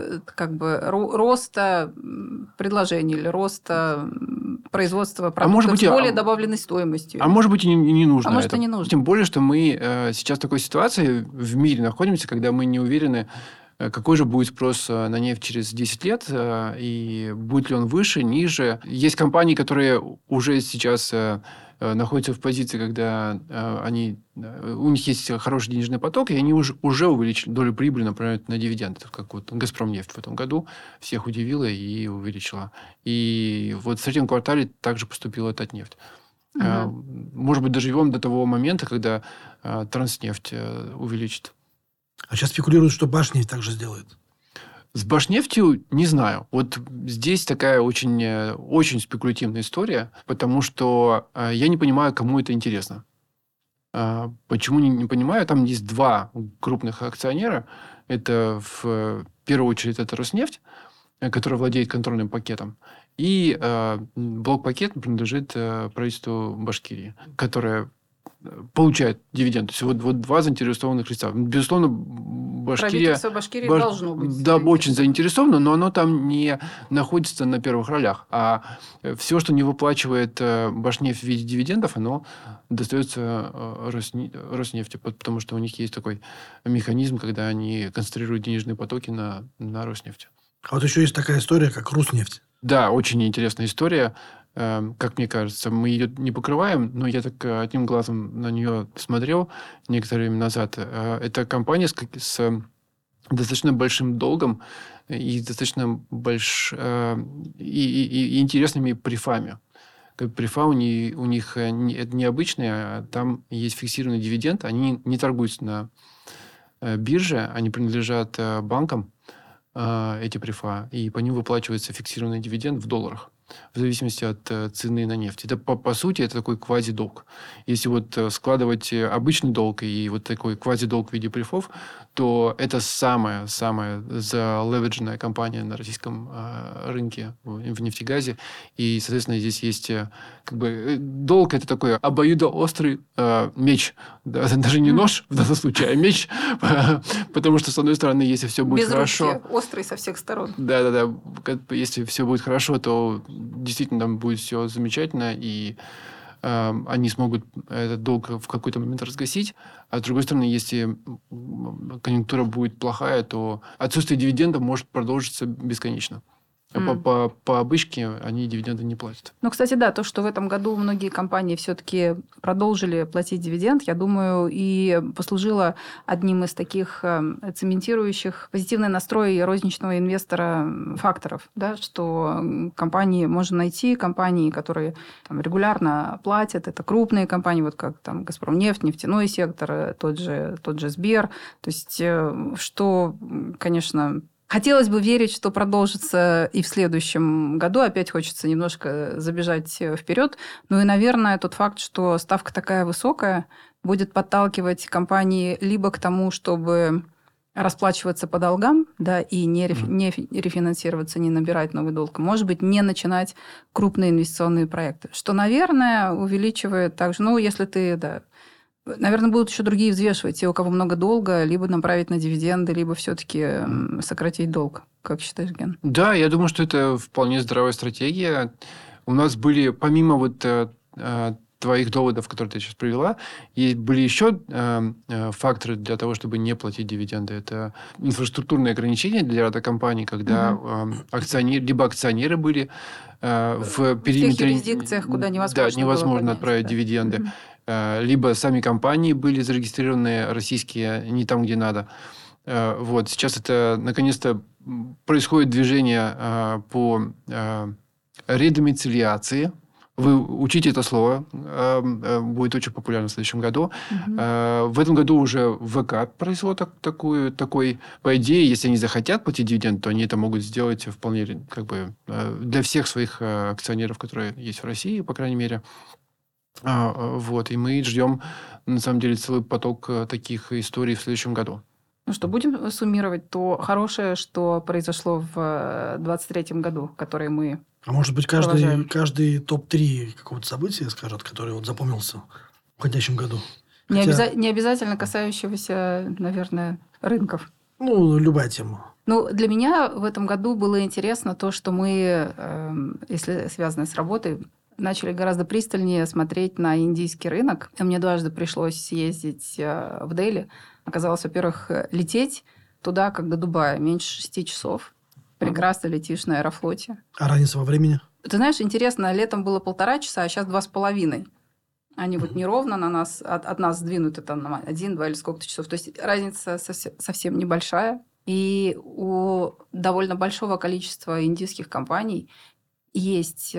роста предложений или роста производства продуктов с более добавленной стоимостью. А может быть, и не нужно. А может, и не нужно. Тем более, что мы сейчас в такой ситуации в мире находимся, когда мы не уверены, какой же будет спрос на нефть через 10 лет, и будет ли он выше, ниже. Есть компании, которые уже сейчас находятся в позиции, когда у них есть хороший денежный поток, и они уже увеличили долю прибыли, например, на дивиденды. Как вот «Газпромнефть» в этом году всех удивила и увеличила. И вот в третьем квартале также поступила «Татнефть». Может быть, доживем до того момента, когда «Транснефть» увеличит. А сейчас спекулируют, что «Башнефть» также сделает. С «Башнефтью» не знаю. Вот здесь такая очень, очень спекулятивная история, потому что я не понимаю, кому это интересно. Почему не понимаю? Там есть два крупных акционера. Это в первую очередь это «Роснефть», которая владеет контрольным пакетом. И блок-пакет принадлежит правительству Башкирии, которое получает дивиденды. То есть вот два заинтересованных лица. Безусловно, правительство Башкирии должно быть. Да, очень заинтересовано, но оно там не находится на первых ролях. А все, что не выплачивает Башнефть в виде дивидендов, оно достается Роснефти, потому что у них есть такой механизм, когда они концентрируют денежные потоки на Роснефти. А вот еще есть такая история, как «Руснефть». Да, очень интересная история. Как мне кажется, мы ее не покрываем, но я так одним глазом на нее смотрел некоторое время назад. Это компания с достаточно большим долгом и достаточно и интересными префами. Префа у них необычные, а там есть фиксированный дивиденд. Они не торгуются на бирже, они принадлежат банкам, эти префа, и по ним выплачивается фиксированный дивиденд в долларах, в зависимости от цены на нефть. Это, по сути, это такой квазидолг. Если вот складывать обычный долг и вот такой квазидолг в виде префов, то это самая залеверидженная компания на российском рынке в нефтегазе. И, соответственно, здесь есть долг – это такой обоюдоострый меч. Даже не нож в данном случае, а меч. Потому что, с одной стороны, если все будет хорошо... Без руки, острый со всех сторон. Да. Если все будет хорошо, то действительно там будет все замечательно, и они смогут этот долг в какой-то момент разгасить. А с другой стороны, если конъюнктура будет плохая, то отсутствие дивидендов может продолжиться бесконечно. По обычке они дивиденды не платят. Ну, кстати, да, то, что в этом году многие компании все-таки продолжили платить дивиденд, я думаю, и послужило одним из таких цементирующих позитивный настрой розничного инвестора факторов, да, что компании можно найти, компании, которые там регулярно платят, это крупные компании, вот как там «Газпромнефть», нефтяной сектор, тот же Сбер. То есть, что, конечно... Хотелось бы верить, что продолжится и в следующем году. Опять хочется немножко забежать вперед. Ну и, наверное, тот факт, что ставка такая высокая, будет подталкивать компании либо к тому, чтобы расплачиваться по долгам, да, и не рефинансироваться, не набирать новый долг. Может быть, не начинать крупные инвестиционные проекты. Что, наверное, увеличивает также... Ну, если ты... Да, наверное, будут еще другие взвешивать, те, у кого много долга, либо направить на дивиденды, либо все-таки сократить долг. Как считаешь, Ген? Да, я думаю, что это вполне здравая стратегия. У нас были, помимо вот твоих доводов, которые ты сейчас привела, были еще факторы для того, чтобы не платить дивиденды. Это инфраструктурные ограничения для ряда компаний, когда либо акционеры были в периметре... В тех юрисдикциях, куда невозможно отправить дивиденды. Либо сами компании были зарегистрированы российские не там, где надо. Вот. Сейчас это, наконец-то, происходит движение по редомицилиации Вы учите это слово, будет очень популярно в следующем году. В этом году уже ВК произвело такой, по идее, если они захотят платить дивиденды, то они это могут сделать вполне как бы для всех своих акционеров, которые есть в России, по крайней мере. Вот, и мы ждем, на самом деле, целый поток таких историй в следующем году. Ну что, будем суммировать то хорошее, что произошло в 2023 году, которое мы А может быть, продолжаем. каждый топ-3 какого-то события скажет, который вот запомнился в уходящем году? Не обязательно касающегося, наверное, рынков. Ну, любая тема. Ну, для меня в этом году было интересно то, что мы, если связано с работой, начали гораздо пристальнее смотреть на индийский рынок. И мне дважды пришлось съездить в Дели. Оказалось, во-первых, лететь туда, как до Дубая, меньше 6 часов. Прекрасно летишь на Аэрофлоте. А разница во времени? Ты знаешь, интересно, летом было 1,5 часа, а сейчас 2,5. Они вот неровно на нас, от нас сдвинуты там на 1, 2 или сколько-то часов. То есть разница совсем небольшая. И у довольно большого количества индийских компаний есть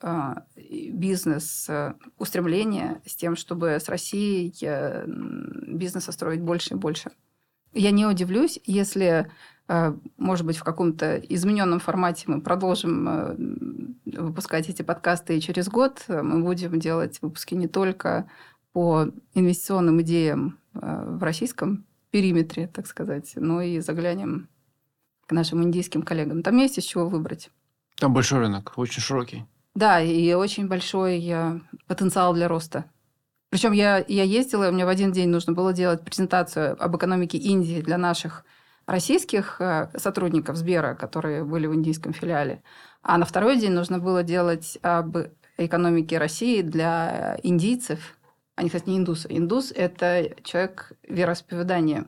бизнес-устремление с тем, чтобы с Россией бизнеса строить больше и больше. Я не удивлюсь, если, может быть, в каком-то измененном формате мы продолжим выпускать эти подкасты, и через год мы будем делать выпуски не только по инвестиционным идеям в российском периметре, так сказать, но и заглянем к нашим индийским коллегам. Там есть из чего выбрать. Там большой рынок, очень широкий. Да, и очень большой потенциал для роста. Причем я ездила, и мне в один день нужно было делать презентацию об экономике Индии для наших российских сотрудников Сбера, которые были в индийском филиале. А на второй день нужно было делать об экономике России для индийцев. Они, кстати, не индусы. Индус – это человек вероисповедания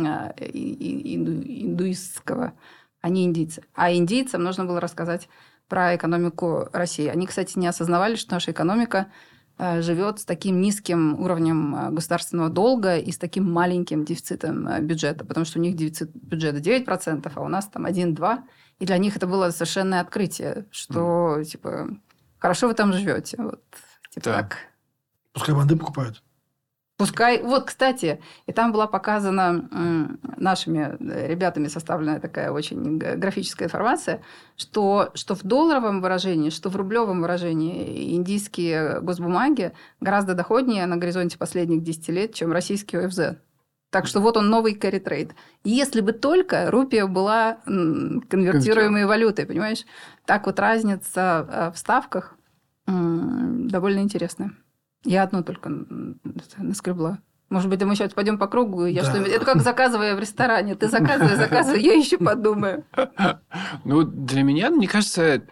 индуистского, а не индийцы. А индийцам нужно было рассказать про экономику России. Они, кстати, не осознавали, что наша экономика живет с таким низким уровнем государственного долга и с таким маленьким дефицитом бюджета, потому что у них дефицит бюджета 9%, а у нас там 1-2%. И для них это было совершенное открытие, что, типа, хорошо вы там живете. Вот, типа Да. так. Пускай банды покупают. Пускай... Вот, кстати, и там была показана нашими ребятами составленная такая очень графическая информация, что в долларовом выражении, что в рублевом выражении индийские госбумаги гораздо доходнее на горизонте последних 10 лет, чем российский ОФЗ. Так что вот он новый carry trade. Если бы только рупия была конвертируемой валютой, понимаешь? Так вот разница в ставках довольно интересная. Я одну только наскребла. Может быть, мы сейчас пойдем по кругу, и я что-нибудь... Это как заказывая в ресторане. Ты заказывай, я еще подумаю. Ну, для меня, мне кажется,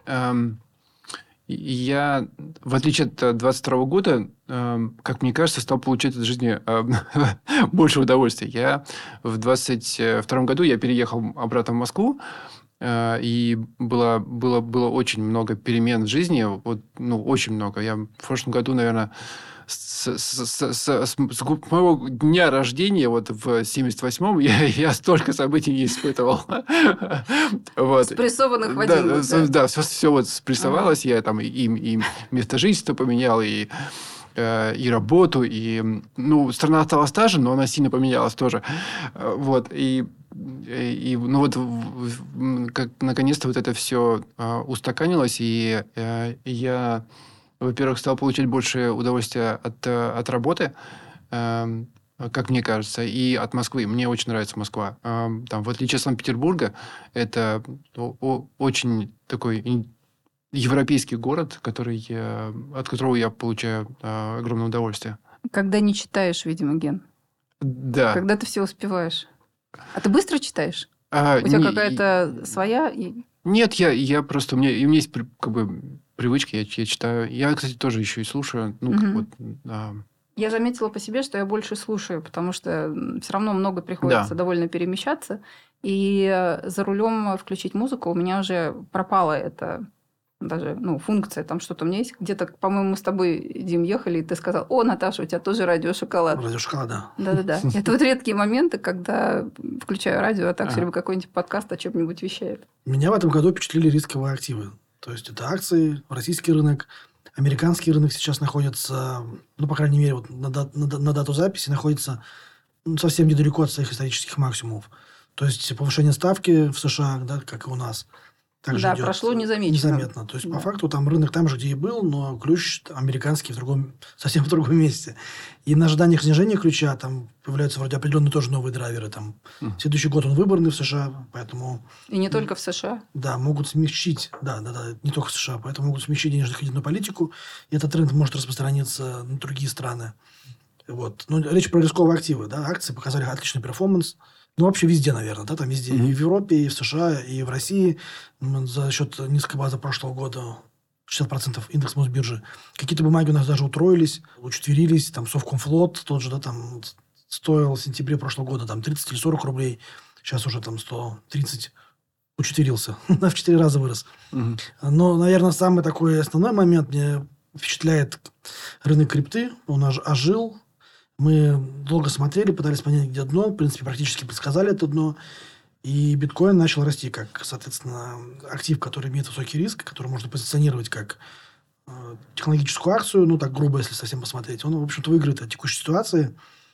я, в отличие от 2022 года, как мне кажется, стал получать от жизни больше удовольствия. Я в 2022 году я переехал обратно в Москву, и было очень много перемен в жизни. Вот, ну, очень много. Я в прошлом году, наверное, с моего дня рождения, вот в 78-м, я столько событий не испытывал. Вот. Спрессованных в один год. Да, все вот спрессовалось. Я там и место жительства поменял, и работу, и... Ну, страна осталась та же, но она сильно поменялась тоже. Вот. И ну вот как, наконец-то вот это все устаканилось, и я, во-первых, стал получать больше удовольствия от работы, как мне кажется, и от Москвы. Мне очень нравится Москва. Там, в отличие от Санкт-Петербурга, это очень такой европейский город, от которого я получаю огромное удовольствие. Когда не читаешь, видимо, Ген. Да. Когда ты все успеваешь. А ты быстро читаешь? У тебя какая-то своя... Нет, я просто... У меня есть как бы привычка, я читаю. Я, кстати, тоже еще и слушаю. Ну, как вот, Я заметила по себе, что я больше слушаю, потому что все равно много приходится довольно перемещаться. И за рулем включить музыку у меня уже пропала эта... Даже функция, там что-то у меня есть. Где-то, по-моему, мы с тобой, Дим, ехали, и ты сказал: о, Наташа, у тебя тоже радио «Шоколад». Радио «Шоколад», да. Да-да-да. Это вот редкие моменты, когда включаю радио, а так все время какой-нибудь подкаст о чем-нибудь вещает. Меня в этом году впечатлили рисковые активы. То есть, это акции, российский рынок, Американский рынок сейчас находится, ну, по крайней мере, вот на дату записи находится совсем недалеко от своих исторических максимумов. То есть повышение ставки в США, да, как и у нас, также Да, идет прошло незаметно. То есть, по факту, там рынок там же, где и был, но ключ американский совсем в другом месте. И на ожиданиях снижения ключа там появляются вроде определенные тоже новые драйверы. Там, следующий год он выборный в США, поэтому... И не только в США. Да, могут смягчить, да, не только в США, поэтому могут смягчить денежно-кредитную политику, и этот тренд может распространиться на другие страны. Вот. Но речь про рисковые активы, да, акции показали отличный перформанс. Ну, вообще везде, наверное, да, там везде, и в Европе, и в США, и в России за счет низкой базы прошлого года 60% индекс Мосбиржи. Какие-то бумаги у нас даже утроились, учетверились, там Совкомфлот тот же, да, там стоил в сентябре прошлого года там 30 или 40 рублей, сейчас уже там 130 учетверился, в 4 раза вырос. Но, наверное, самый такой основной момент мне впечатляет рынок крипты, он ожил. Мы долго смотрели, пытались понять, где дно. В принципе, практически предсказали это дно. И биткоин начал расти как, соответственно, актив, который имеет высокий риск, который можно позиционировать как технологическую акцию, ну, так грубо, если совсем посмотреть. Он, в общем-то, выиграет от текущей ситуации.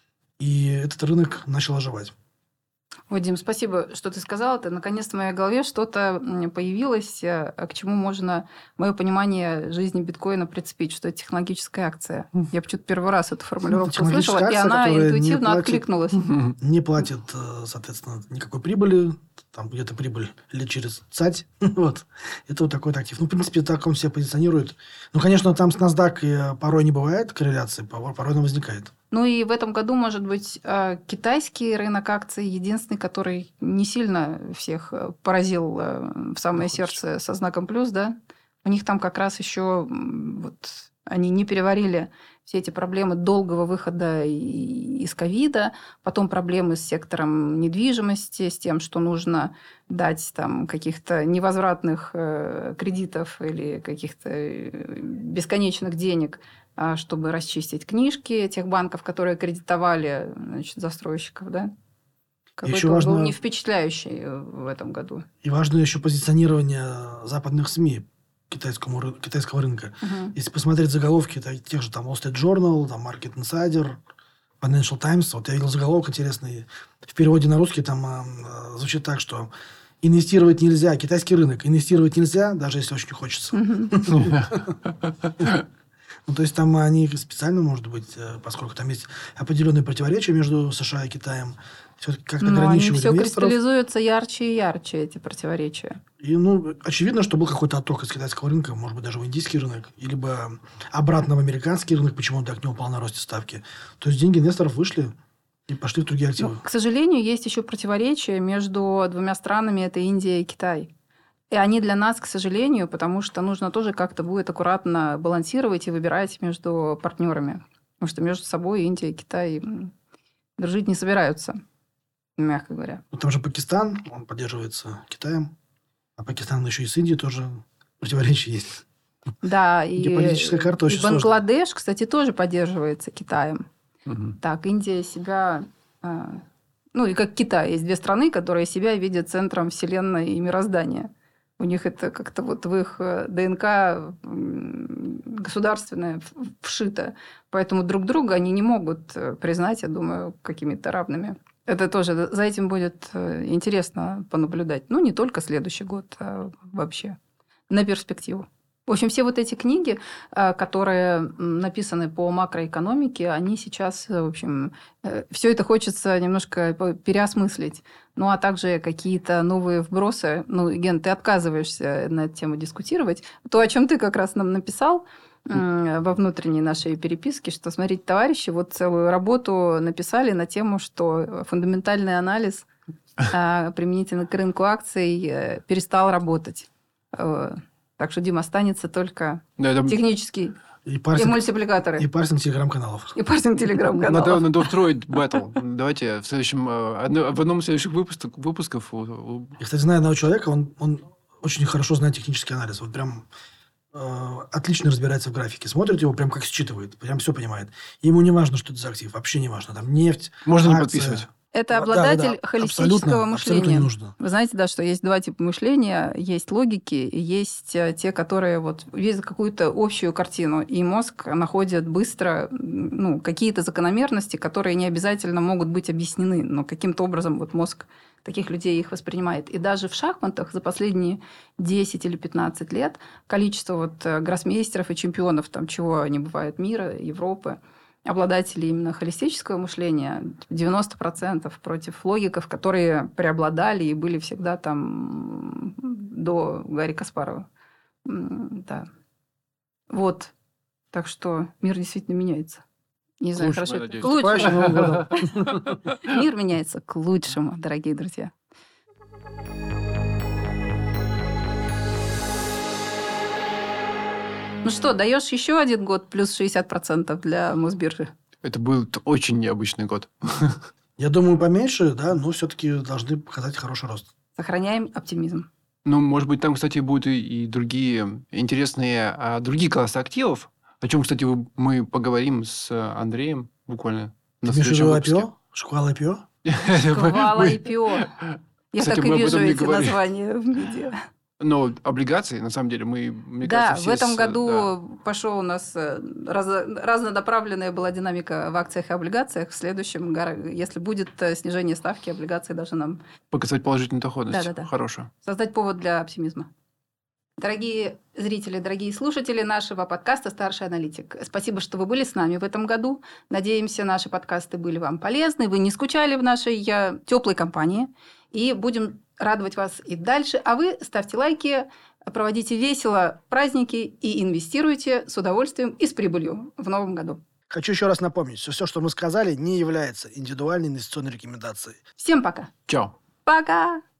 И этот рынок начал оживать. Вадим, спасибо, что ты сказал это. Наконец-то в моей голове что-то появилось, к чему можно, мое понимание жизни биткоина прицепить, что это технологическая акция. Я почему-то первый раз эту формулировку услышала, и она интуитивно откликнулась. Не платит, соответственно, никакой прибыли. Там где-то прибыль лет через цать. Вот. Это вот такой актив. Ну, в принципе, так он себя позиционирует. Ну, конечно, там с NASDAQ порой не бывает корреляции, порой она возникает. Ну и в этом году, может быть, китайский рынок акций единственный, который не сильно всех поразил в самое сердце со знаком плюс, да? У них там как раз еще вот они не переварили все эти проблемы долгого выхода из ковида, потом проблемы с сектором недвижимости, с тем, что нужно дать там каких-то невозвратных кредитов или каких-то бесконечных денег, чтобы расчистить книжки тех банков, которые кредитовали, значит, застройщиков, да? Какой-то он был не впечатляющий в этом году. И важно еще позиционирование западных СМИ китайского рынка. Если посмотреть заголовки тех же там Wall Street Journal, там Market Insider, Financial Times, вот я видел заголовок интересный. В переводе на русский там звучит так, что инвестировать нельзя, китайский рынок, инвестировать нельзя, даже если очень хочется. Ну, то есть, там они специально, может быть, поскольку там есть определенные противоречия между США и Китаем, все-таки как-то ограничивают они все инвесторов. кристаллизуются ярче и ярче, эти противоречия. И, ну, очевидно, что был какой-то отток из китайского рынка, может быть, даже в индийский рынок, либо обратно в американский рынок, почему он так не упал на росте ставки. То есть, деньги инвесторов вышли и пошли в другие активы. Ну, к сожалению, есть еще противоречия между двумя странами, это Индия и Китай. И они для нас, к сожалению, потому что нужно тоже как-то будет аккуратно балансировать и выбирать между партнерами. Потому что между собой Индия и Китай дружить не собираются, мягко говоря. Ну, там же Пакистан, он поддерживается Китаем, а Пакистан еще и с Индией тоже противоречия есть. Да, и политическая карта очень сложная. Бангладеш, кстати, тоже поддерживается Китаем. Так, Индия себя... Ну, и как Китай. Есть две страны, которые себя видят центром вселенной и мироздания. У них это как-то вот в их ДНК государственное вшито. Поэтому друг друга они не могут признать, я думаю, какими-то равными. Это тоже, за этим будет интересно понаблюдать. Ну, не только следующий год, а вообще на перспективу. В общем, все вот эти книги, которые написаны по макроэкономике, они сейчас, в общем, все это хочется немножко переосмыслить. Ну, а также какие-то новые вбросы. Ну, Ген, ты отказываешься на эту тему дискутировать. То, о чем ты как раз нам написал во внутренней нашей переписке, что, смотрите, товарищи, вот целую работу написали на тему, что фундаментальный анализ применительно к рынку акций перестал работать. Так что, Дима, останется только технический и мультипликаторы. И парсинг телеграм-каналов. И парсинг телеграм-каналов. Надо устроить бэтл. Давайте в следующем, в одном из следующих выпусков. Я, кстати, знаю одного человека, он очень хорошо знает технический анализ. Вот прям отлично разбирается в графике. Смотрит его, прям как считывает. Прям все понимает. Ему не важно, что это за актив. Вообще не важно. Там нефть, можно акция. Не подписывать. Это обладатель Да. холистического Абсолютно не мышления. нужно. Вы знаете, да, что есть два типа мышления. Есть логики, и есть те, которые видят какую-то общую картину, и мозг находит быстро какие-то закономерности, которые не обязательно могут быть объяснены, но каким-то образом мозг таких людей их воспринимает. И даже в шахматах за последние 10 или 15 лет количество гроссмейстеров и чемпионов, чего не бывает, мира, Европы, обладателей именно холистического мышления 90% против логиков, которые преобладали и были всегда до Гарри Каспарова. Да. Так что мир действительно меняется. Не знаю, лучшему, хорошо. я надеюсь. К лучшему. Наступающим Новым годом. Мир меняется к лучшему, дорогие друзья. Ну что, даешь еще один год плюс 60% для Мосбиржи? Это был очень необычный год. Я думаю, поменьше, да, но все-таки должны показать хороший рост. Сохраняем оптимизм. Ну, может быть, там, кстати, будут и другие интересные, другие классы активов, о чем, кстати, мы поговорим с Андреем буквально на Ты имеешь в следующем виду выпуске. IPO? Шквал IPO? Шквал Мы- IPO. Я Кстати, так и мы об вижу этом не эти говорили. названия в медиа. Но облигации, на самом деле, мне Да, кажется, в все этом году пошел у нас разнонаправленная была динамика в акциях и облигациях. В следующем, если будет снижение ставки, облигации должны нам показать положительную доходность. Да-да-да. Хорошую. создать повод для оптимизма. Дорогие зрители, дорогие слушатели нашего подкаста «Старший аналитик», спасибо, что вы были с нами в этом году. Надеемся, наши подкасты были вам полезны, вы не скучали в нашей теплой компании. И будем радовать вас и дальше. А вы ставьте лайки, проводите весело праздники и инвестируйте с удовольствием и с прибылью в новом году. Хочу еще раз напомнить, что все, что мы сказали, не является индивидуальной инвестиционной рекомендацией. Всем пока. Чао. Пока.